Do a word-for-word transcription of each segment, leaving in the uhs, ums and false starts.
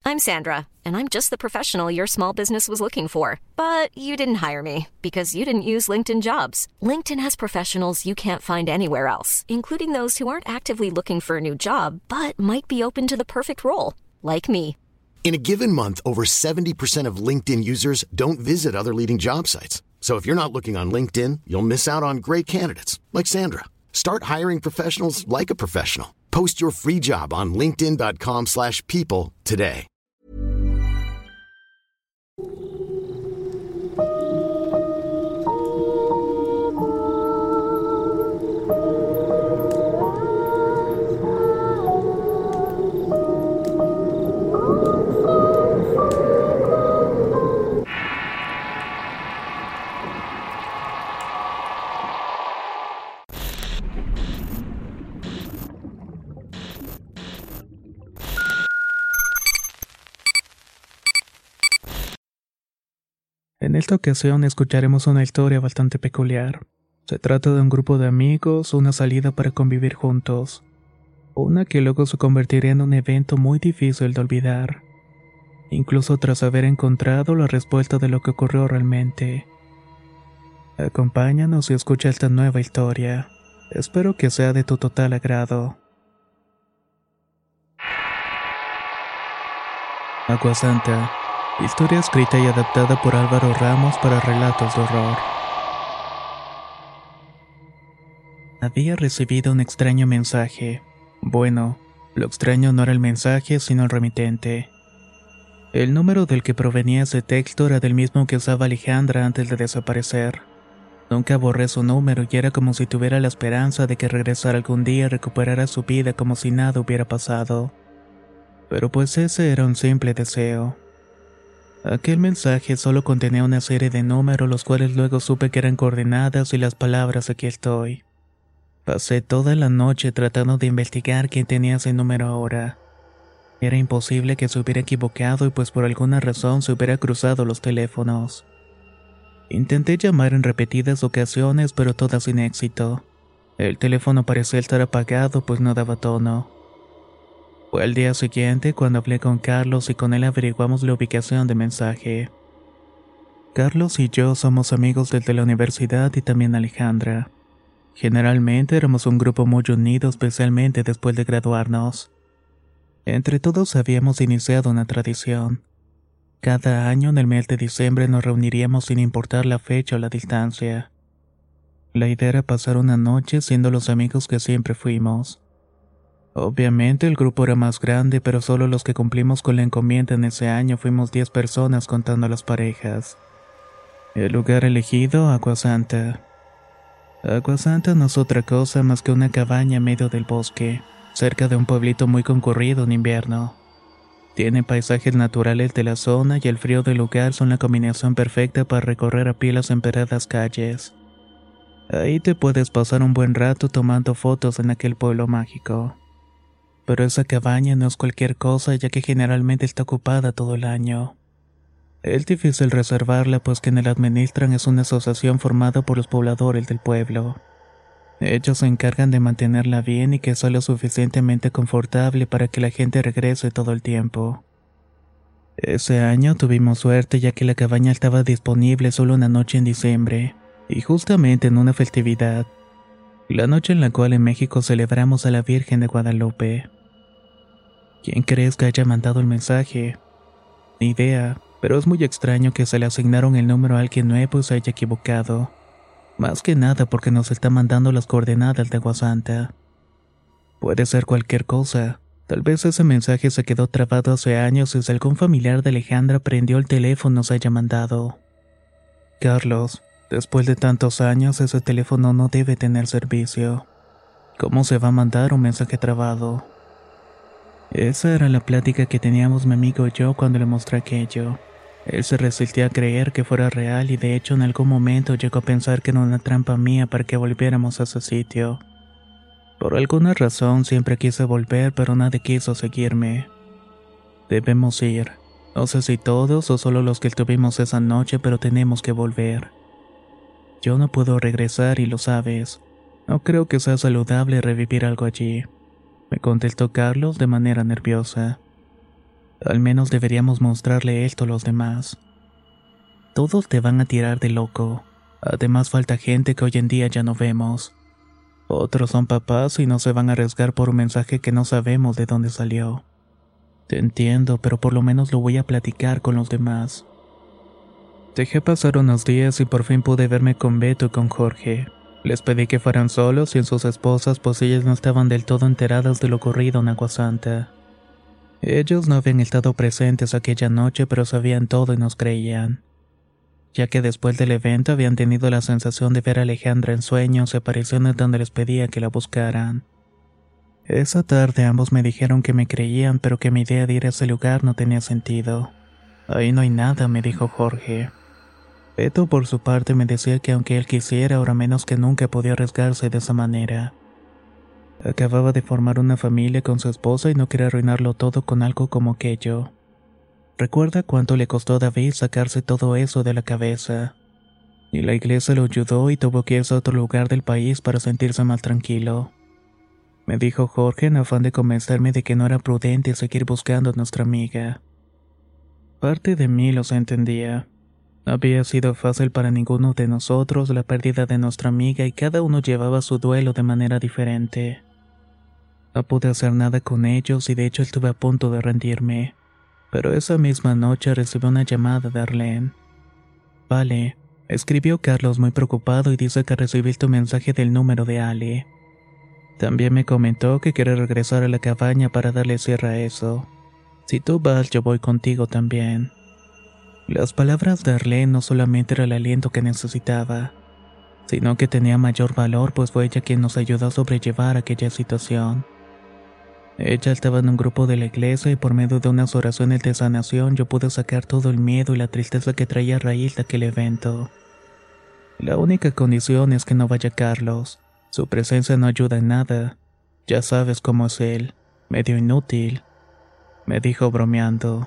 I'm Sandra, and I'm just the professional your small business was looking for. But you didn't hire me because you didn't use LinkedIn Jobs. LinkedIn has professionals you can't find anywhere else, including those who aren't actively looking for a new job, but might be open to the perfect role, like me. In a given month, over seventy percent of LinkedIn users don't visit other leading job sites. So if you're not looking on LinkedIn, you'll miss out on great candidates like Sandra. Start hiring professionals like a professional. Post your free job on linkedin dot com slash people today. En esta ocasión escucharemos una historia bastante peculiar. Se trata de un grupo de amigos, una salida para convivir juntos. Una que luego se convertiría en un evento muy difícil de olvidar. Incluso tras haber encontrado la respuesta de lo que ocurrió realmente. Acompáñanos y escucha esta nueva historia. Espero que sea de tu total agrado. Agua Santa. Historia escrita y adaptada por Álvaro Ramos para relatos de horror. Había recibido un extraño mensaje. Bueno, lo extraño no era el mensaje, sino el remitente. El número del que provenía ese texto era del mismo que usaba Alejandra antes de desaparecer. Nunca borré su número y era como si tuviera la esperanza de que regresara algún día y recuperara su vida como si nada hubiera pasado. Pero pues ese era un simple deseo. Aquel mensaje solo contenía una serie de números los cuales luego supe que eran coordenadas y las palabras "aquí estoy". Pasé toda la noche tratando de investigar quién tenía ese número ahora. Era imposible que se hubiera equivocado y pues por alguna razón se hubiera cruzado los teléfonos. Intenté llamar en repetidas ocasiones pero todas sin éxito. El teléfono parecía estar apagado pues no daba tono. Fue al día siguiente cuando hablé con Carlos y con él averiguamos la ubicación del mensaje. Carlos y yo somos amigos desde la universidad y también Alejandra. Generalmente éramos un grupo muy unido, especialmente después de graduarnos. Entre todos habíamos iniciado una tradición. Cada año en el mes de diciembre nos reuniríamos sin importar la fecha o la distancia. La idea era pasar una noche siendo los amigos que siempre fuimos. Obviamente el grupo era más grande, pero solo los que cumplimos con la encomienda en ese año fuimos diez personas contando a las parejas. El lugar elegido, Agua Santa. Agua Santa no es otra cosa más que una cabaña en medio del bosque, cerca de un pueblito muy concurrido en invierno. Tiene paisajes naturales de la zona y el frío del lugar son la combinación perfecta para recorrer a pie las empedradas calles. Ahí te puedes pasar un buen rato tomando fotos en aquel pueblo mágico. Pero esa cabaña no es cualquier cosa ya que generalmente está ocupada todo el año. Es difícil reservarla pues quienes la administran es una asociación formada por los pobladores del pueblo. Ellos se encargan de mantenerla bien y que sea lo suficientemente confortable para que la gente regrese todo el tiempo. Ese año tuvimos suerte ya que la cabaña estaba disponible solo una noche en diciembre, y justamente en una festividad, la noche en la cual en México celebramos a la Virgen de Guadalupe. ¿Quién crees que haya mandado el mensaje? Ni idea, pero es muy extraño que se le asignaron el número a alguien nuevo y se haya equivocado. Más que nada porque nos está mandando las coordenadas de Agua Santa. Puede ser cualquier cosa. Tal vez ese mensaje se quedó trabado hace años y si algún familiar de Alejandra prendió el teléfono nos haya mandado. Carlos, después de tantos años ese teléfono no debe tener servicio. ¿Cómo se va a mandar un mensaje trabado? Esa era la plática que teníamos mi amigo y yo cuando le mostré aquello. Él se resistía a creer que fuera real y de hecho en algún momento llegó a pensar que era una trampa mía para que volviéramos a ese sitio. Por alguna razón siempre quise volver pero nadie quiso seguirme. Debemos ir. No sé si todos o solo los que estuvimos esa noche, pero tenemos que volver. Yo no puedo regresar y lo sabes. No creo que sea saludable revivir algo allí. Me contestó Carlos de manera nerviosa. Al menos deberíamos mostrarle esto a los demás. Todos te van a tirar de loco. Además falta gente que hoy en día ya no vemos. Otros son papás y no se van a arriesgar por un mensaje que no sabemos de dónde salió. Te entiendo, pero por lo menos lo voy a platicar con los demás. Dejé pasar unos días y por fin pude verme con Beto y con Jorge. Les pedí que fueran solos y en sus esposas, pues ellas no estaban del todo enteradas de lo ocurrido en Agua Santa. Ellos no habían estado presentes aquella noche, pero sabían todo y nos creían, ya que después del evento habían tenido la sensación de ver a Alejandra en sueños y apariciones donde les pedía que la buscaran. Esa tarde ambos me dijeron que me creían, pero que mi idea de ir a ese lugar no tenía sentido. Ahí no hay nada, me dijo Jorge. Beto por su parte me decía que aunque él quisiera, ahora menos que nunca podía arriesgarse de esa manera. Acababa de formar una familia con su esposa y no quería arruinarlo todo con algo como aquello. Recuerda cuánto le costó a David sacarse todo eso de la cabeza. Y la iglesia lo ayudó y tuvo que irse a otro lugar del país para sentirse más tranquilo. Me dijo Jorge en afán de convencerme de que no era prudente seguir buscando a nuestra amiga. Parte de mí los entendía. No había sido fácil para ninguno de nosotros la pérdida de nuestra amiga y cada uno llevaba su duelo de manera diferente. No pude hacer nada con ellos y de hecho estuve a punto de rendirme. Pero esa misma noche recibí una llamada de Arlene. Vale, escribió Carlos muy preocupado y dice que recibí tu mensaje del número de Ale. También me comentó que quiere regresar a la cabaña para darle cierre a eso. Si tú vas, yo voy contigo también. Las palabras de Arlene no solamente era el aliento que necesitaba, sino que tenía mayor valor, pues fue ella quien nos ayudó a sobrellevar aquella situación. Ella estaba en un grupo de la iglesia y por medio de unas oraciones de sanación yo pude sacar todo el miedo y la tristeza que traía a raíz de aquel evento. La única condición es que no vaya Carlos. Su presencia no ayuda en nada. Ya sabes cómo es él, medio inútil, me dijo bromeando.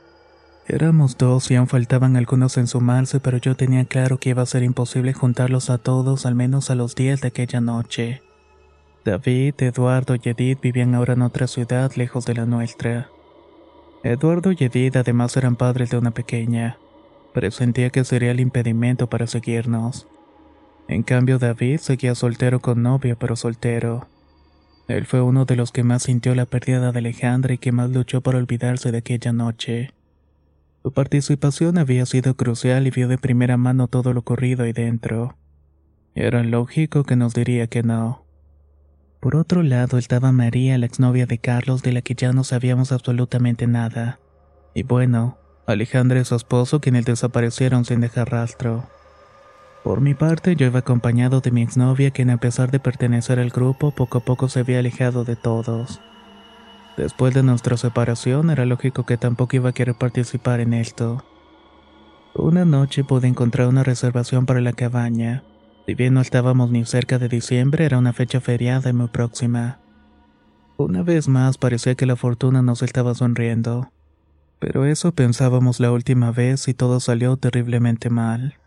Éramos dos y aún faltaban algunos en sumarse, pero yo tenía claro que iba a ser imposible juntarlos a todos, al menos a los diez de aquella noche. David, Eduardo y Edith vivían ahora en otra ciudad lejos de la nuestra. Eduardo y Edith además eran padres de una pequeña, pero sentía que sería el impedimento para seguirnos. En cambio David seguía soltero con novia, pero soltero. Él fue uno de los que más sintió la pérdida de Alejandra y que más luchó por olvidarse de aquella noche. Su participación había sido crucial y vio de primera mano todo lo ocurrido ahí dentro. Era lógico que nos diría que no. Por otro lado estaba María, la exnovia de Carlos, de la que ya no sabíamos absolutamente nada. Y bueno, Alejandra y su esposo, quienes desaparecieron sin dejar rastro. Por mi parte, yo iba acompañado de mi exnovia, quien a pesar de pertenecer al grupo, poco a poco se había alejado de todos. Después de nuestra separación, era lógico que tampoco iba a querer participar en esto. Una noche pude encontrar una reservación para la cabaña. Si bien no estábamos ni cerca de diciembre, era una fecha feriada y muy próxima. Una vez más parecía que la fortuna nos estaba sonriendo. Pero eso pensábamos la última vez y todo salió terriblemente mal.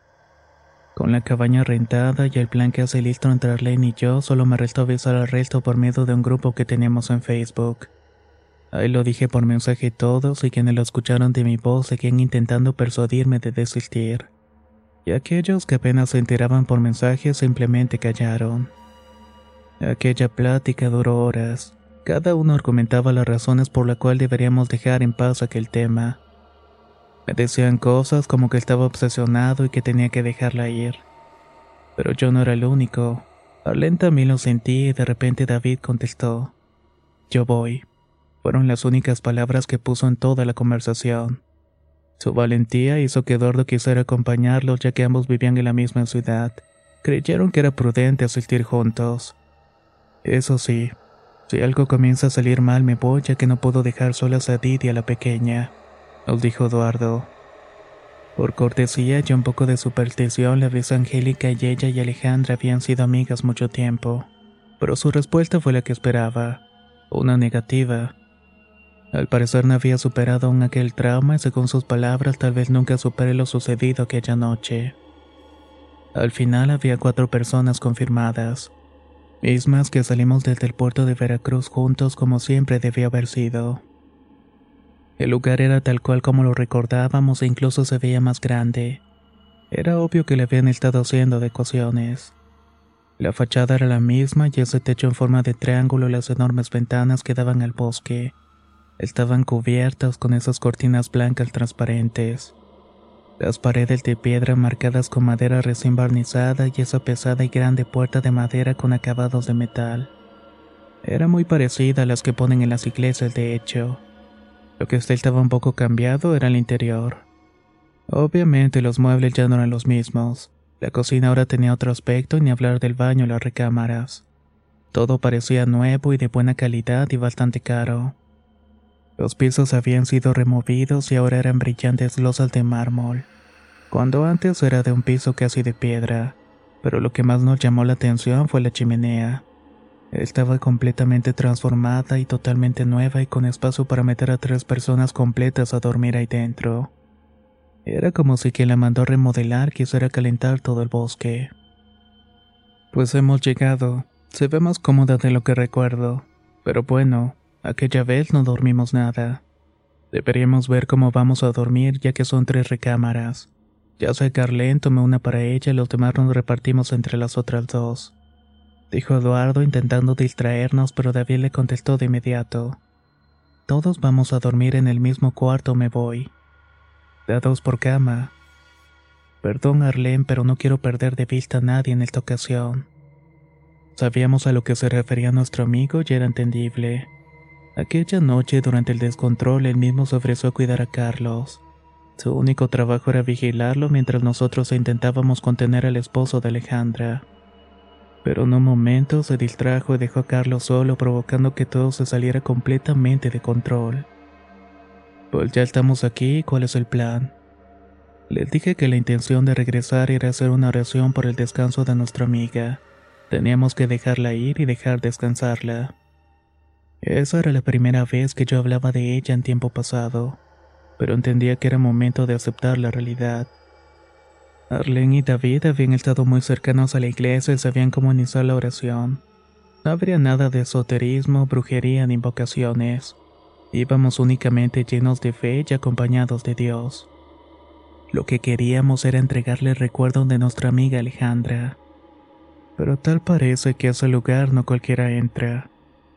Con la cabaña rentada y el plan que hace listo entre Arlene y yo, solo me restó avisar al resto por medio de un grupo que teníamos en Facebook. Ahí lo dije por mensaje a todos y quienes lo escucharon de mi voz seguían intentando persuadirme de desistir. Y aquellos que apenas se enteraban por mensaje simplemente callaron. Aquella plática duró horas. Cada uno argumentaba las razones por las cuales deberíamos dejar en paz aquel tema. Me decían cosas como que estaba obsesionado y que tenía que dejarla ir. Pero yo no era el único. Arlene también lo sentí y de repente David contestó: «Yo voy». Fueron las únicas palabras que puso en toda la conversación. Su valentía hizo que Eduardo quisiera acompañarlos, ya que ambos vivían en la misma ciudad. Creyeron que era prudente asistir juntos. Eso sí, si algo comienza a salir mal me voy, ya que no puedo dejar solas a Didi y a la pequeña, nos dijo Eduardo. Por cortesía y un poco de superstición, la avisó Angélica y ella y Alejandra habían sido amigas mucho tiempo, pero su respuesta fue la que esperaba, una negativa. Al parecer no había superado aún aquel trauma y según sus palabras tal vez nunca supere lo sucedido aquella noche. Al final había cuatro personas confirmadas, mismas que salimos desde el puerto de Veracruz juntos como siempre debió haber sido. El lugar era tal cual como lo recordábamos e incluso se veía más grande. Era obvio que le habían estado haciendo adecuaciones. La fachada era la misma y ese techo en forma de triángulo y las enormes ventanas que daban al bosque estaban cubiertas con esas cortinas blancas transparentes. Las paredes de piedra marcadas con madera recién barnizada y esa pesada y grande puerta de madera con acabados de metal. Era muy parecida a las que ponen en las iglesias, de hecho. Lo que estaba un poco cambiado era el interior. Obviamente los muebles ya no eran los mismos. La cocina ahora tenía otro aspecto y ni hablar del baño y las recámaras. Todo parecía nuevo y de buena calidad y bastante caro. Los pisos habían sido removidos y ahora eran brillantes losas de mármol, cuando antes era de un piso casi de piedra, pero lo que más nos llamó la atención fue la chimenea. Estaba completamente transformada y totalmente nueva y con espacio para meter a tres personas completas a dormir ahí dentro. Era como si quien la mandó a remodelar quisiera calentar todo el bosque. Pues hemos llegado. Se ve más cómoda de lo que recuerdo. Pero bueno, aquella vez no dormimos nada. Deberíamos ver cómo vamos a dormir ya que son tres recámaras. Ya sé que Arlene tomé una para ella y los demás nos repartimos entre las otras dos. Dijo Eduardo intentando distraernos, pero David le contestó de inmediato. Todos vamos a dormir en el mismo cuarto, me voy. De a dos por cama. Perdón, Arlene, pero no quiero perder de vista a nadie en esta ocasión. Sabíamos a lo que se refería nuestro amigo y era entendible. Aquella noche, durante el descontrol, él mismo se ofreció a cuidar a Carlos. Su único trabajo era vigilarlo mientras nosotros intentábamos contener al esposo de Alejandra. Pero en un momento se distrajo y dejó a Carlos solo, provocando que todo se saliera completamente de control. Pues ya estamos aquí, ¿cuál es el plan? Les dije que la intención de regresar era hacer una oración por el descanso de nuestra amiga. Teníamos que dejarla ir y dejar descansarla. Esa era la primera vez que yo hablaba de ella en tiempo pasado, pero entendía que era momento de aceptar la realidad. Arlene y David habían estado muy cercanos a la iglesia y sabían cómo iniciar la oración. No habría nada de esoterismo, brujería ni invocaciones. Íbamos únicamente llenos de fe y acompañados de Dios. Lo que queríamos era entregarle el recuerdo de nuestra amiga Alejandra. Pero tal parece que a ese lugar no cualquiera entra.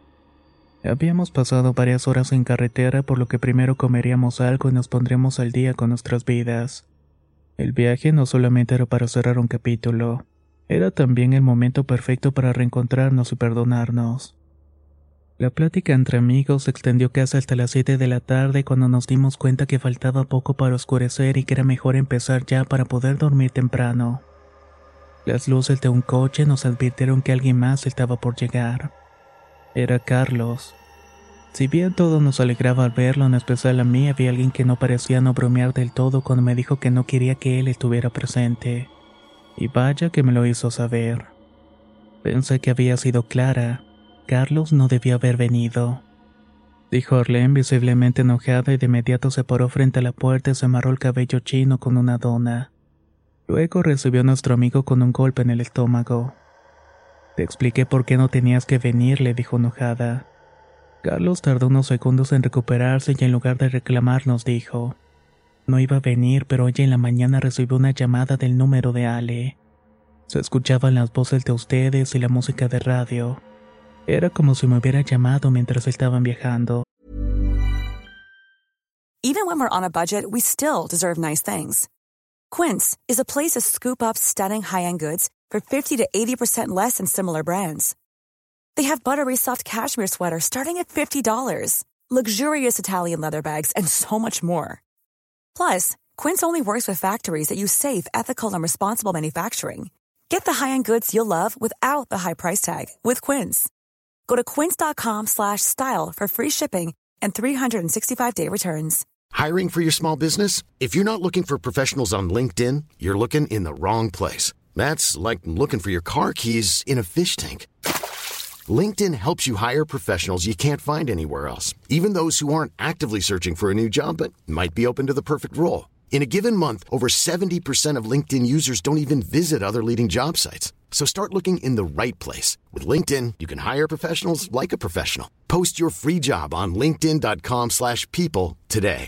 Habíamos pasado varias horas en carretera, por lo que primero comeríamos algo y nos pondríamos al día con nuestras vidas. El viaje no solamente era para cerrar un capítulo, era también el momento perfecto para reencontrarnos y perdonarnos. La plática entre amigos se extendió casi hasta las siete de la tarde cuando nos dimos cuenta que faltaba poco para oscurecer y que era mejor empezar ya para poder dormir temprano. Las luces de un coche nos advirtieron que alguien más estaba por llegar. Era Carlos. Si bien todo nos alegraba al verlo, en especial a mí, había alguien que no parecía no bromear del todo cuando me dijo que no quería que él estuviera presente. Y vaya que me lo hizo saber. Pensé que había sido clara. Carlos no debió haber venido. Dijo Arlene visiblemente enojada y de inmediato se paró frente a la puerta y se amarró el cabello chino con una dona. Luego recibió a nuestro amigo con un golpe en el estómago. Te expliqué por qué no tenías que venir, le dijo enojada. Carlos tardó unos segundos en recuperarse y en lugar de reclamar nos dijo: no iba a venir, pero hoy en la mañana recibió una llamada del número de Ale. Se escuchaban las voces de ustedes y la música de radio. Era como si me hubiera llamado mientras estaban viajando. Even when we're on a budget, we still deserve nice things. Quince is a place to scoop up stunning high-end goods for fifty to eighty percent less than similar brands. They have buttery soft cashmere sweaters starting at fifty dollars, luxurious Italian leather bags, and so much more. Plus, Quince only works with factories that use safe, ethical, and responsible manufacturing. Get the high-end goods you'll love without the high price tag with Quince. Go to quince.com slash style for free shipping and three sixty-five day returns. Hiring for your small business? If you're not looking for professionals on LinkedIn, you're looking in the wrong place. That's like looking for your car keys in a fish tank. LinkedIn helps you hire professionals you can't find anywhere else, even those who aren't actively searching for a new job but might be open to the perfect role. In a given month, over seventy percent of LinkedIn users don't even visit other leading job sites. So start looking in the right place. With LinkedIn, you can hire professionals like a professional. Post your free job on linkedin dot com slash people today.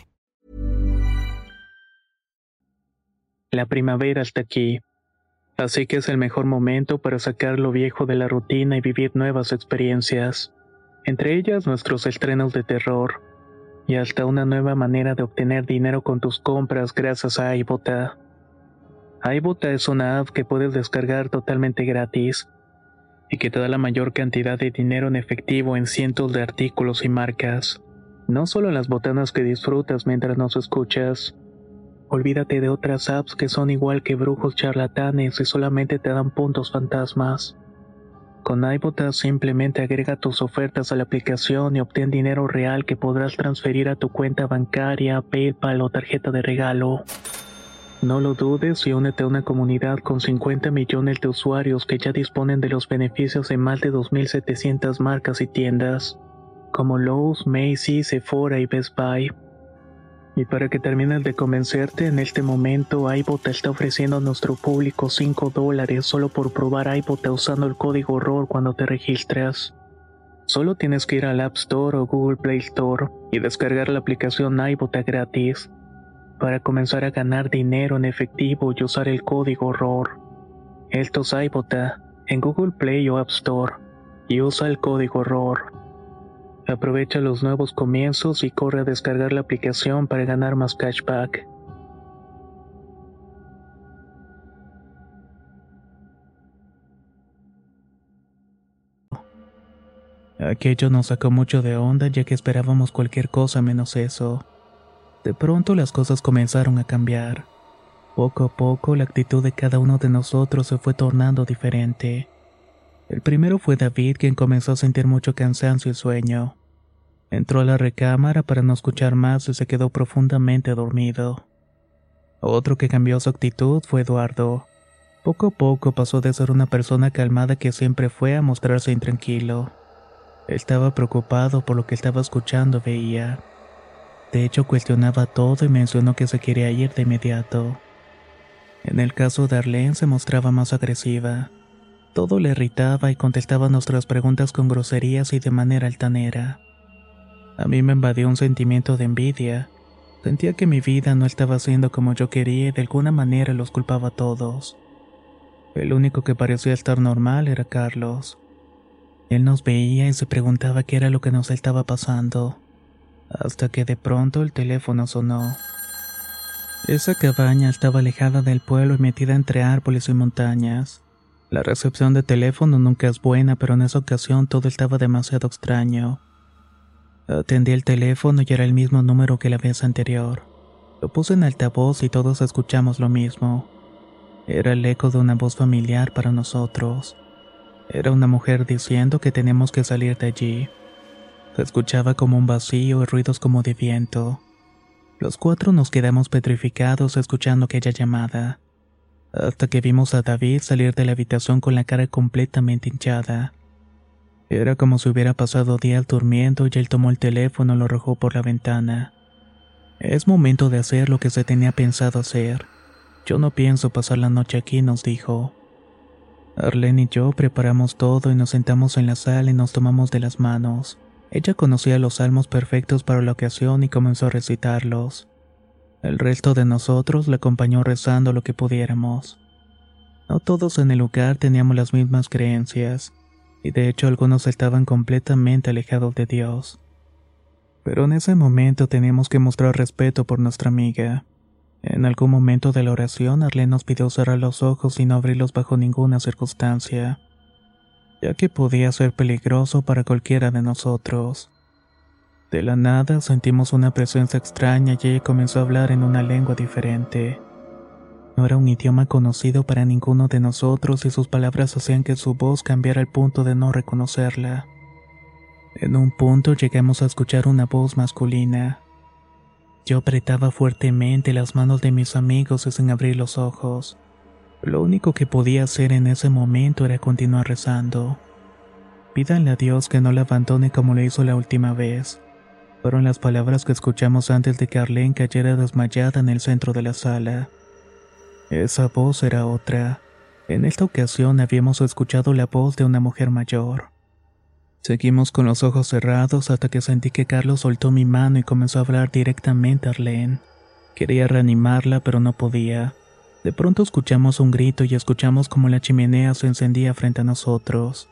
La primavera está aquí, así que es el mejor momento para sacar lo viejo de la rutina y vivir nuevas experiencias, entre ellas nuestros estrenos de terror, y hasta una nueva manera de obtener dinero con tus compras gracias a iBota. iBota es una app que puedes descargar totalmente gratis, y que te da la mayor cantidad de dinero en efectivo en cientos de artículos y marcas, no solo las botanas que disfrutas mientras nos escuchas. Olvídate de otras apps que son igual que brujos charlatanes y solamente te dan puntos fantasmas. Con iBota simplemente agrega tus ofertas a la aplicación y obtén dinero real que podrás transferir a tu cuenta bancaria, PayPal o tarjeta de regalo. No lo dudes y únete a una comunidad con cincuenta millones de usuarios que ya disponen de los beneficios de más de dos mil setecientas marcas y tiendas, como Lowe's, Macy's, Sephora y Best Buy. Y para que termines de convencerte, en este momento iBota está ofreciendo a nuestro público cinco dólares solo por probar iBota usando el código ROR cuando te registras. Solo tienes que ir al App Store o Google Play Store y descargar la aplicación iBota gratis para comenzar a ganar dinero en efectivo y usar el código ROR. Esto es iBota en Google Play o App Store y usa el código ROR. Aprovecha los nuevos comienzos y corre a descargar la aplicación para ganar más cashback. Aquello nos sacó mucho de onda ya que esperábamos cualquier cosa menos eso. De pronto las cosas comenzaron a cambiar. Poco a poco la actitud de cada uno de nosotros se fue tornando diferente. El primero fue David, quien comenzó a sentir mucho cansancio y sueño. Entró a la recámara para no escuchar más y se quedó profundamente dormido. Otro que cambió su actitud fue Eduardo. Poco a poco pasó de ser una persona calmada que siempre fue a mostrarse intranquilo. Estaba preocupado por lo que estaba escuchando, veía. De hecho, cuestionaba todo y mencionó que se quería ir de inmediato. En el caso de Arlene se mostraba más agresiva. Todo le irritaba y contestaba nuestras preguntas con groserías y de manera altanera. A mí me invadió un sentimiento de envidia. Sentía que mi vida no estaba siendo como yo quería y de alguna manera los culpaba a todos. El único que parecía estar normal era Carlos. Él nos veía y se preguntaba qué era lo que nos estaba pasando, hasta que de pronto el teléfono sonó. Esa cabaña estaba alejada del pueblo y metida entre árboles y montañas. La recepción de teléfono nunca es buena, pero en esa ocasión todo estaba demasiado extraño. Atendí el teléfono y era el mismo número que la vez anterior. Lo puse en altavoz y todos escuchamos lo mismo. Era el eco de una voz familiar para nosotros. Era una mujer diciendo que teníamos que salir de allí. Se escuchaba como un vacío y ruidos como de viento. Los cuatro nos quedamos petrificados escuchando aquella llamada, hasta que vimos a David salir de la habitación con la cara completamente hinchada. Era como si hubiera pasado días durmiendo y él tomó el teléfono y lo arrojó por la ventana. Es momento de hacer lo que se tenía pensado hacer. Yo no pienso pasar la noche aquí, nos dijo. Arlene y yo preparamos todo y nos sentamos en la sala y nos tomamos de las manos. Ella conocía los salmos perfectos para la ocasión y comenzó a recitarlos. El resto de nosotros la acompañó rezando lo que pudiéramos. No todos en el lugar teníamos las mismas creencias, y de hecho algunos estaban completamente alejados de Dios. Pero en ese momento teníamos que mostrar respeto por nuestra amiga. En algún momento de la oración, Arlene nos pidió cerrar los ojos y no abrirlos bajo ninguna circunstancia, ya que podía ser peligroso para cualquiera de nosotros. De la nada sentimos una presencia extraña y ella comenzó a hablar en una lengua diferente. No era un idioma conocido para ninguno de nosotros y sus palabras hacían que su voz cambiara al punto de no reconocerla. En un punto llegamos a escuchar una voz masculina. Yo apretaba fuertemente las manos de mis amigos y sin abrir los ojos. Lo único que podía hacer en ese momento era continuar rezando. Pídanle a Dios que no la abandone como lo hizo la última vez. Fueron las palabras que escuchamos antes de que Arlene cayera desmayada en el centro de la sala. Esa voz era otra. En esta ocasión habíamos escuchado la voz de una mujer mayor. Seguimos con los ojos cerrados hasta que sentí que Carlos soltó mi mano y comenzó a hablar directamente a Arlene. Quería reanimarla, pero no podía. De pronto escuchamos un grito y escuchamos como la chimenea se encendía frente a nosotros.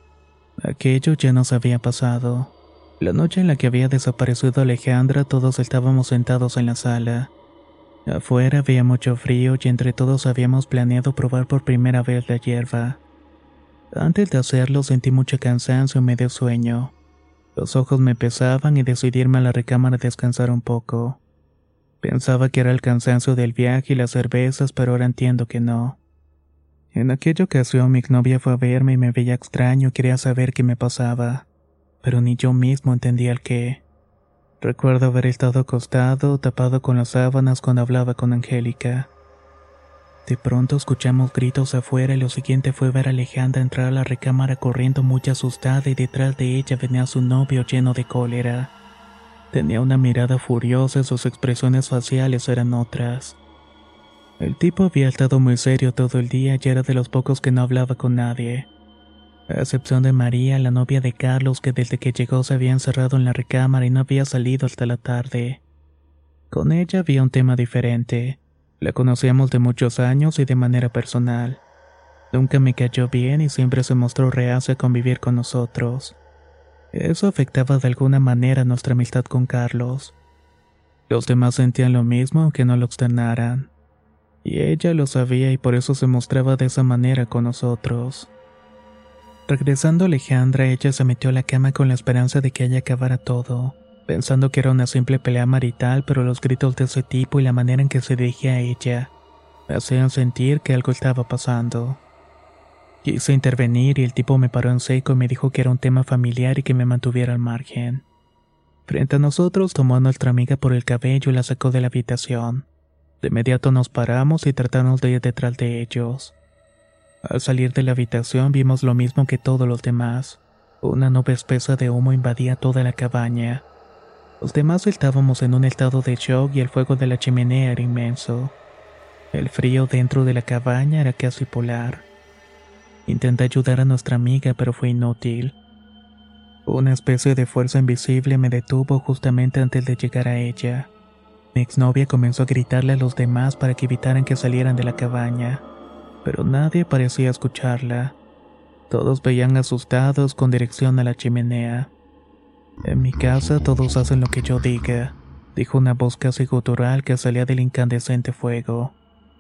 Aquello ya nos había pasado. La noche en la que había desaparecido Alejandra, todos estábamos sentados en la sala. Afuera había mucho frío y entre todos habíamos planeado probar por primera vez la hierba. Antes de hacerlo sentí mucho cansancio y me dio sueño. Los ojos me pesaban y decidí irme a la recámara a descansar un poco. Pensaba que era el cansancio del viaje y las cervezas, pero ahora entiendo que no. En aquella ocasión mi exnovia fue a verme y me veía extraño y quería saber qué me pasaba, pero ni yo mismo entendía el qué. Recuerdo haber estado acostado, tapado con las sábanas cuando hablaba con Angélica. De pronto escuchamos gritos afuera y lo siguiente fue ver a Alejandra entrar a la recámara corriendo muy asustada y detrás de ella venía su novio lleno de cólera. Tenía una mirada furiosa y sus expresiones faciales eran otras. El tipo había estado muy serio todo el día y era de los pocos que no hablaba con nadie. A excepción de María, la novia de Carlos, que desde que llegó se había encerrado en la recámara y no había salido hasta la tarde. Con ella había un tema diferente. La conocíamos de muchos años y de manera personal. Nunca me cayó bien y siempre se mostró reacia a convivir con nosotros. Eso afectaba de alguna manera nuestra amistad con Carlos. Los demás sentían lo mismo aunque no lo externaran. Y ella lo sabía y por eso se mostraba de esa manera con nosotros. Regresando a Alejandra, ella se metió a la cama con la esperanza de que allí acabara todo, pensando que era una simple pelea marital, pero los gritos de ese tipo y la manera en que se dirigía a ella me hacían sentir que algo estaba pasando. Quise intervenir y el tipo me paró en seco y me dijo que era un tema familiar y que me mantuviera al margen. Frente a nosotros tomó a nuestra amiga por el cabello y la sacó de la habitación. De inmediato nos paramos y tratamos de ir detrás de ellos. Al salir de la habitación vimos lo mismo que todos los demás. Una nube espesa de humo invadía toda la cabaña. Los demás estábamos en un estado de shock y el fuego de la chimenea era inmenso. El frío dentro de la cabaña era casi polar. Intenté ayudar a nuestra amiga, pero fue inútil. Una especie de fuerza invisible me detuvo justamente antes de llegar a ella. Mi exnovia comenzó a gritarle a los demás para que evitaran que salieran de la cabaña, pero nadie parecía escucharla. Todos veían asustados con dirección a la chimenea. En mi casa todos hacen lo que yo diga, dijo una voz casi gutural que salía del incandescente fuego.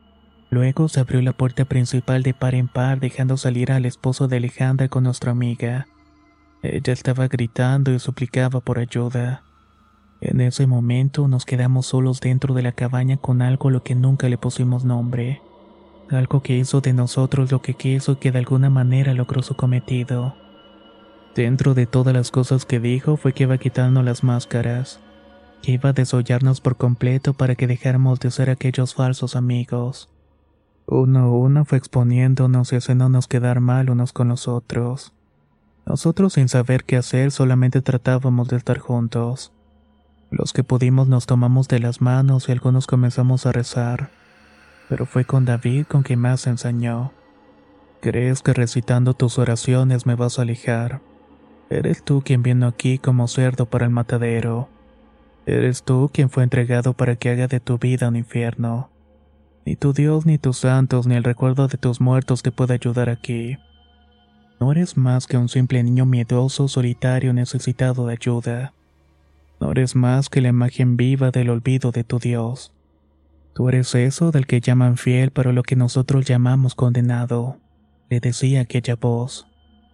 Luego se abrió la puerta principal de par en par, dejando salir al esposo de Alejandra con nuestra amiga. Ella estaba gritando y suplicaba por ayuda. En ese momento nos quedamos solos dentro de la cabaña con algo a lo que nunca le pusimos nombre. Algo que hizo de nosotros lo que quiso y que de alguna manera logró su cometido. Dentro de todas las cosas que dijo fue que iba quitando las máscaras, que iba a desollarnos por completo para que dejáramos de ser aquellos falsos amigos. Uno a uno fue exponiéndonos y haciéndonos quedar mal unos con los otros. Nosotros, sin saber qué hacer, solamente tratábamos de estar juntos. Los que pudimos nos tomamos de las manos y algunos comenzamos a rezar. Pero fue con David con quien más se ensañó. ¿Crees que recitando tus oraciones me vas a alejar? Eres tú quien vino aquí como cerdo para el matadero. Eres tú quien fue entregado para que haga de tu vida un infierno. Ni tu Dios, ni tus santos, ni el recuerdo de tus muertos te puede ayudar aquí. No eres más que un simple niño miedoso, solitario, necesitado de ayuda. No eres más que la imagen viva del olvido de tu Dios. Tú eres eso del que llaman fiel, pero lo que nosotros llamamos condenado, le decía aquella voz.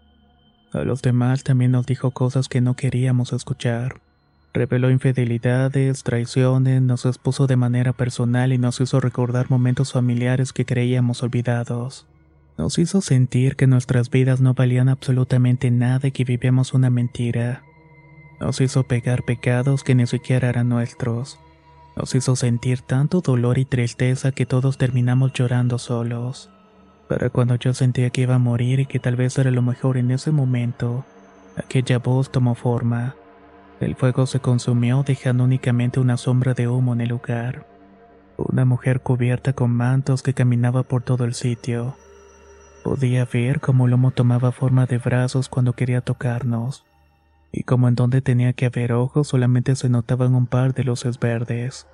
A los demás también nos dijo cosas que no queríamos escuchar. Reveló infidelidades, traiciones, nos expuso de manera personal y nos hizo recordar momentos familiares que creíamos olvidados. Nos hizo sentir que nuestras vidas no valían absolutamente nada y que vivíamos una mentira. Nos hizo pegar pecados que ni siquiera eran nuestros. Nos hizo sentir tanto dolor y tristeza que todos terminamos llorando solos. Para cuando yo sentía que iba a morir y que tal vez era lo mejor en ese momento, aquella voz tomó forma. El fuego se consumió dejando únicamente una sombra de humo en el lugar. Una mujer cubierta con mantos que caminaba por todo el sitio. Podía ver cómo el lomo tomaba forma de brazos cuando quería tocarnos, y como en donde tenía que haber ojos solamente se notaban un par de luces verdes.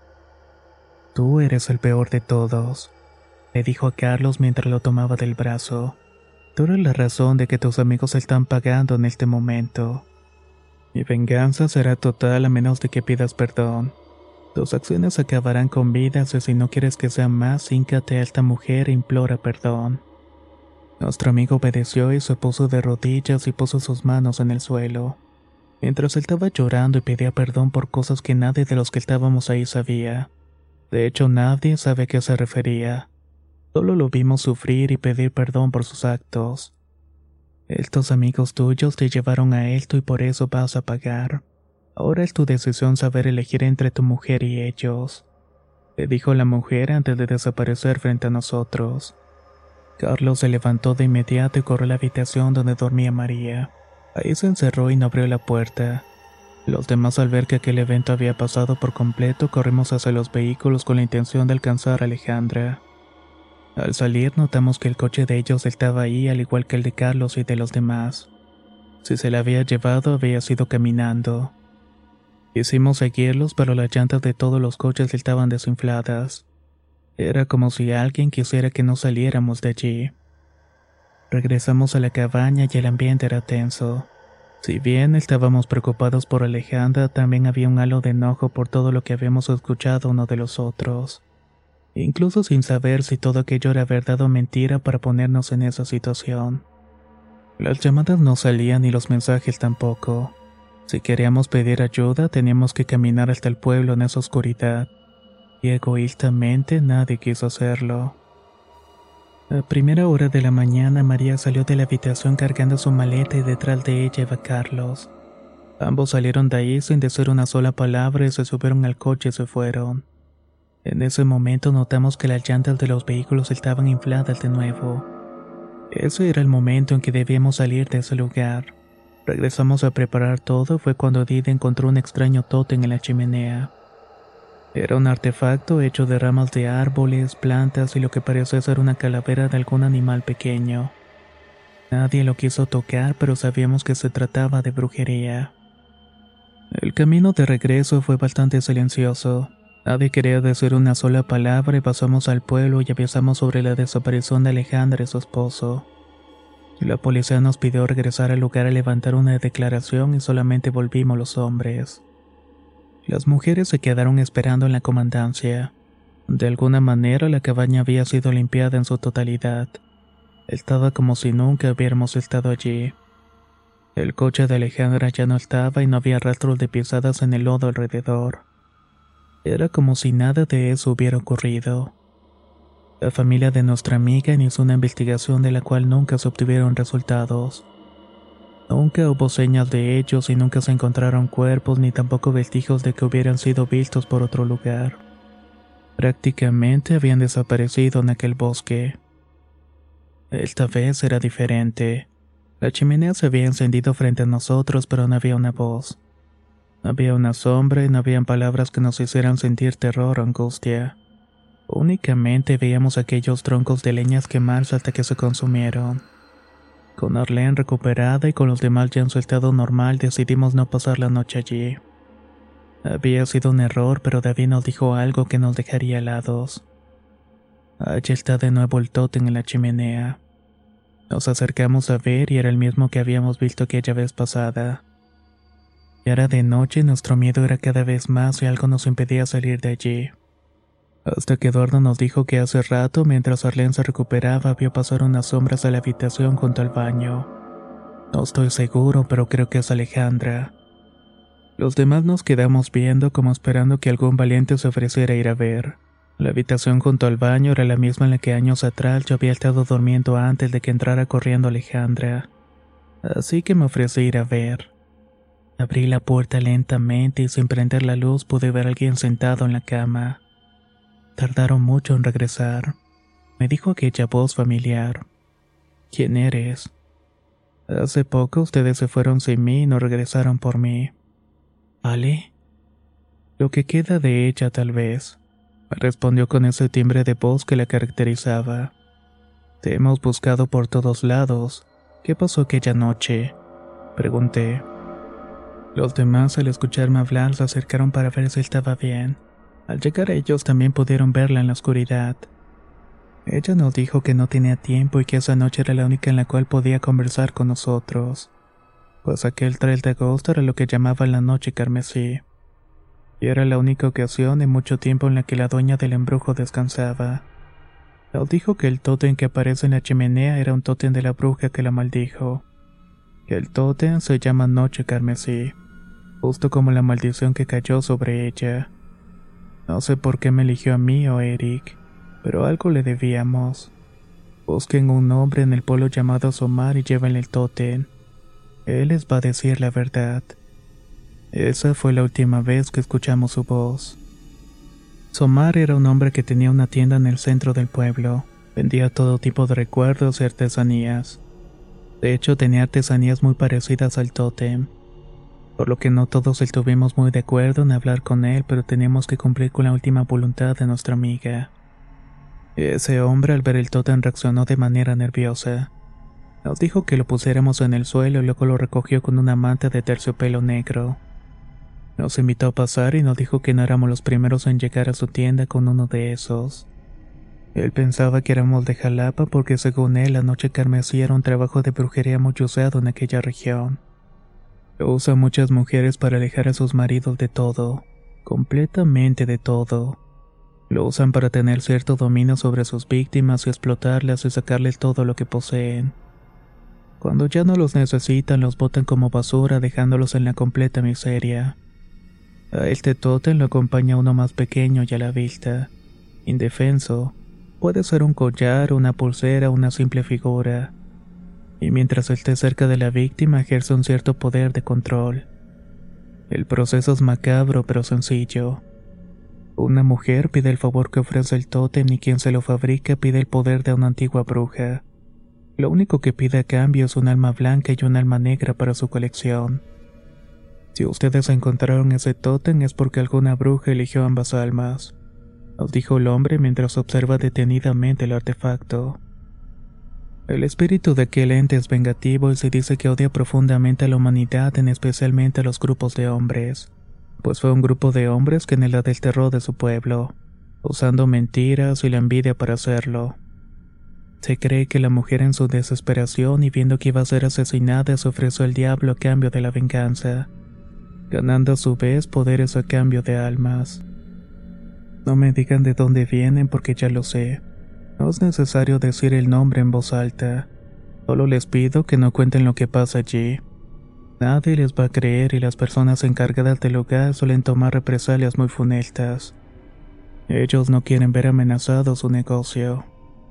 Tú eres el peor de todos, le dijo a Carlos mientras lo tomaba del brazo. Tú eres la razón de que tus amigos están pagando en este momento. Mi venganza será total a menos de que pidas perdón. Tus acciones acabarán con vidas y si no quieres que sea más, híncate a esta mujer e implora perdón. Nuestro amigo obedeció y se puso de rodillas y puso sus manos en el suelo, mientras él estaba llorando y pedía perdón por cosas que nadie de los que estábamos ahí sabía. De hecho, nadie sabe a qué se refería. Solo lo vimos sufrir y pedir perdón por sus actos. Estos amigos tuyos te llevaron a esto y por eso vas a pagar. Ahora es tu decisión saber elegir entre tu mujer y ellos, le dijo la mujer antes de desaparecer frente a nosotros. Carlos se levantó de inmediato y corrió a la habitación donde dormía María. Ahí se encerró y no abrió la puerta. Los demás, al ver que aquel evento había pasado por completo, corrimos hacia los vehículos con la intención de alcanzar a Alejandra. Al salir notamos que el coche de ellos estaba ahí al igual que el de Carlos y de los demás. Si se la había llevado había sido caminando. Quisimos seguirlos, pero las llantas de todos los coches estaban desinfladas. Era como si alguien quisiera que no saliéramos de allí. Regresamos a la cabaña y el ambiente era tenso. Si bien estábamos preocupados por Alejandra, también había un halo de enojo por todo lo que habíamos escuchado uno de los otros. Incluso sin saber si todo aquello era verdad o mentira para ponernos en esa situación. Las llamadas no salían y los mensajes tampoco. Si queríamos pedir ayuda, teníamos que caminar hasta el pueblo en esa oscuridad. Y egoístamente nadie quiso hacerlo. A primera hora de la mañana, María salió de la habitación cargando su maleta y detrás de ella iba Carlos. Ambos salieron de ahí sin decir una sola palabra y se subieron al coche y se fueron. En ese momento notamos que las llantas de los vehículos estaban infladas de nuevo. Ese era el momento en que debíamos salir de ese lugar. Regresamos a preparar todo y fue cuando Dida encontró un extraño tótem en la chimenea. Era un artefacto hecho de ramas de árboles, plantas y lo que parecía ser una calavera de algún animal pequeño. Nadie lo quiso tocar, pero sabíamos que se trataba de brujería. El camino de regreso fue bastante silencioso. Nadie quería decir una sola palabra y pasamos al pueblo y avisamos sobre la desaparición de Alejandra y su esposo. La policía nos pidió regresar al lugar a levantar una declaración y solamente volvimos los hombres. Las mujeres se quedaron esperando en la comandancia. De alguna manera la cabaña había sido limpiada en su totalidad. Estaba como si nunca hubiéramos estado allí. El coche de Alejandra ya no estaba y no había rastros de pisadas en el lodo alrededor. Era como si nada de eso hubiera ocurrido. La familia de nuestra amiga inició una investigación de la cual nunca se obtuvieron resultados. Nunca hubo señas de ellos y nunca se encontraron cuerpos ni tampoco vestigios de que hubieran sido vistos por otro lugar. Prácticamente habían desaparecido en aquel bosque. Esta vez era diferente. La chimenea se había encendido frente a nosotros, pero no había una voz. No había una sombra y no habían palabras que nos hicieran sentir terror o angustia. Únicamente veíamos aquellos troncos de leñas quemarse hasta que se consumieron. Con Arlene recuperada y con los demás ya en su estado normal, decidimos no pasar la noche allí. Había sido un error, pero David nos dijo algo que nos dejaría helados. Allí está de nuevo el tótem en la chimenea. Nos acercamos a ver y era el mismo que habíamos visto aquella vez pasada. Ya era de noche y nuestro miedo era cada vez más y algo nos impedía salir de allí. Hasta que Eduardo nos dijo que hace rato, mientras Arlene se recuperaba, vio pasar unas sombras a la habitación junto al baño. No estoy seguro, pero creo que es Alejandra. Los demás nos quedamos viendo como esperando que algún valiente se ofreciera a ir a ver. La habitación junto al baño era la misma en la que años atrás yo había estado durmiendo antes de que entrara corriendo Alejandra. Así que me ofrecí a ir a ver. Abrí la puerta lentamente y sin prender la luz pude ver a alguien sentado en la cama. Tardaron mucho en regresar. Me dijo aquella voz familiar. ¿Quién eres? Hace poco ustedes se fueron sin mí y no regresaron por mí. ¿Ale? Lo que queda de ella tal vez, me respondió con ese timbre de voz que la caracterizaba. Te hemos buscado por todos lados. ¿Qué pasó aquella noche?, pregunté. Los demás, al escucharme hablar, se acercaron para ver si estaba bien. Al llegar ellos también pudieron verla en la oscuridad. Ella nos dijo que no tenía tiempo y que esa noche era la única en la cual podía conversar con nosotros, pues aquel tres de agosto era lo que llamaban la noche carmesí, y era la única ocasión en mucho tiempo en la que la dueña del embrujo descansaba. Nos dijo que el tótem que aparece en la chimenea era un tótem de la bruja que la maldijo. El tótem se llama Noche Carmesí, justo como la maldición que cayó sobre ella. No sé por qué me eligió a mí o a Eric, pero algo le debíamos. Busquen un hombre en el pueblo llamado Somar y llévenle el tótem. Él les va a decir la verdad. Esa fue la última vez que escuchamos su voz. Somar era un hombre que tenía una tienda en el centro del pueblo. Vendía todo tipo de recuerdos y artesanías. De hecho, tenía artesanías muy parecidas al tótem, por lo que no todos estuvimos muy de acuerdo en hablar con él, pero teníamos que cumplir con la última voluntad de nuestra amiga. Ese hombre, al ver el tótem, reaccionó de manera nerviosa. Nos dijo que lo pusiéramos en el suelo y luego lo recogió con una manta de terciopelo negro. Nos invitó a pasar y nos dijo que no éramos los primeros en llegar a su tienda con uno de esos. Él pensaba que éramos de Jalapa porque según él la noche carmesí era un trabajo de brujería muy usado en aquella región. Lo usan muchas mujeres para alejar a sus maridos de todo, completamente de todo. Lo usan para tener cierto dominio sobre sus víctimas y explotarlas y sacarles todo lo que poseen. Cuando ya no los necesitan, los botan como basura, dejándolos en la completa miseria. A este tótem lo acompaña uno más pequeño y a la vista, indefenso. Puede ser un collar, una pulsera o una simple figura. Y mientras esté cerca de la víctima ejerce un cierto poder de control. El proceso es macabro pero sencillo. Una mujer pide el favor que ofrece el tótem y quien se lo fabrica pide el poder de una antigua bruja. Lo único que pide a cambio es un alma blanca y un alma negra para su colección. Si ustedes encontraron ese tótem es porque alguna bruja eligió ambas almas, nos dijo el hombre mientras observa detenidamente el artefacto. El espíritu de aquel ente es vengativo y se dice que odia profundamente a la humanidad, en especialmente a los grupos de hombres, pues fue un grupo de hombres que en la desterró de su pueblo, usando mentiras y la envidia para hacerlo. Se cree que la mujer en su desesperación y viendo que iba a ser asesinada se ofreció al diablo a cambio de la venganza, ganando a su vez poderes a cambio de almas. No me digan de dónde vienen porque ya lo sé. No es necesario decir el nombre en voz alta. Solo les pido que no cuenten lo que pasa allí. Nadie les va a creer y las personas encargadas del lugar suelen tomar represalias muy funestas. Ellos no quieren ver amenazado su negocio.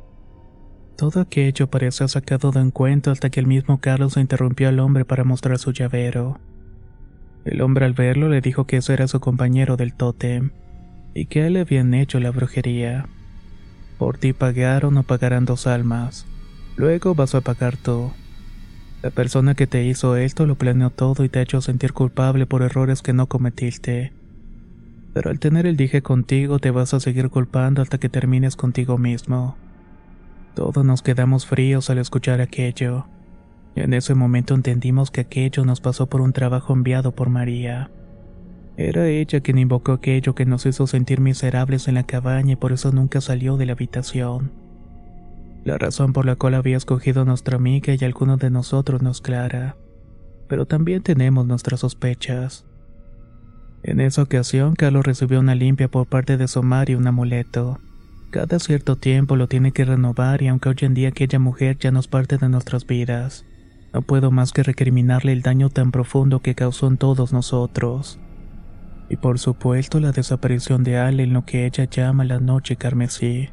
Todo aquello parecía sacado de un cuento hasta que el mismo Carlos interrumpió al hombre para mostrar su llavero. El hombre al verlo le dijo que ese era su compañero del tótem y que a él le habían hecho la brujería. Por ti pagaron o pagarán dos almas. Luego vas a pagar tú. La persona que te hizo esto lo planeó todo y te ha hecho sentir culpable por errores que no cometiste. Pero al tener el dije contigo te vas a seguir culpando hasta que termines contigo mismo. Todos nos quedamos fríos al escuchar aquello. Y en ese momento entendimos que aquello nos pasó por un trabajo enviado por María. Era ella quien invocó aquello que nos hizo sentir miserables en la cabaña y por eso nunca salió de la habitación. La razón por la cual había escogido a nuestra amiga y a alguno de nosotros no es clara, pero también tenemos nuestras sospechas. En esa ocasión, Carlos recibió una limpia por parte de Somar y un amuleto. Cada cierto tiempo lo tiene que renovar y aunque hoy en día aquella mujer ya no es parte de nuestras vidas, no puedo más que recriminarle el daño tan profundo que causó en todos nosotros. Y por supuesto la desaparición de Ale en lo que ella llama la noche carmesí.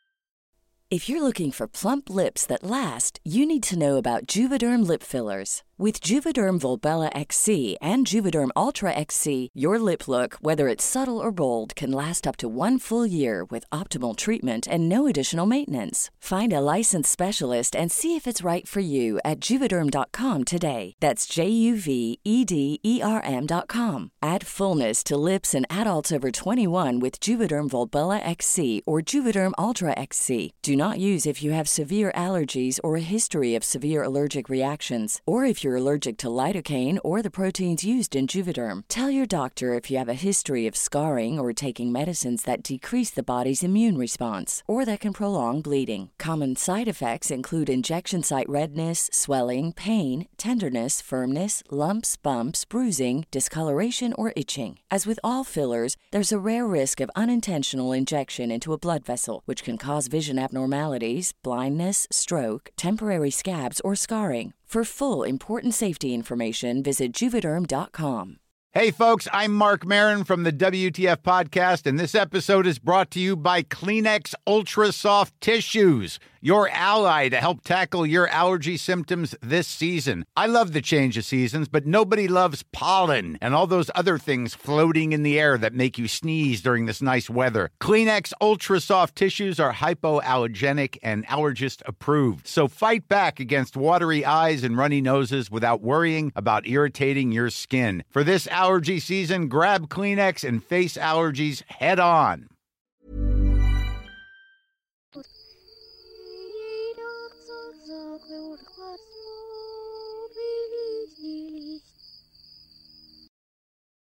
If you're looking for plump lips that last, you need to know about Juvederm lip fillers. With Juvederm Volbella X C and Juvederm Ultra X C, your lip look, whether it's subtle or bold, can last up to one full year with optimal treatment and no additional maintenance. Find a licensed specialist and see if it's right for you at Juvederm dot com today. That's J U V E D E R M dot com. Add fullness to lips in adults over twenty-one with Juvederm Volbella X C or Juvederm Ultra X C. Do not use if you have severe allergies or a history of severe allergic reactions, or if you're allergic to lidocaine or the proteins used in Juvederm. Tell your doctor if you have a history of scarring or taking medicines that decrease the body's immune response or that can prolong bleeding. Common side effects include injection site redness, swelling, pain, tenderness, firmness, lumps, bumps, bruising, discoloration, or itching. As with all fillers, there's a rare risk of unintentional injection into a blood vessel, which can cause vision abnormalities, blindness, stroke, temporary scabs, or scarring. For full, important safety information, visit Juvederm dot com. Hey, folks, I'm Mark Maron from the W T F Podcast, and this episode is brought to you by Kleenex Ultra Soft Tissues, your ally to help tackle your allergy symptoms this season. I love the change of seasons, but nobody loves pollen and all those other things floating in the air that make you sneeze during this nice weather. Kleenex Ultra Soft Tissues are hypoallergenic and allergist approved, so fight back against watery eyes and runny noses without worrying about irritating your skin. For this allergy season, grab Kleenex and face allergies head on.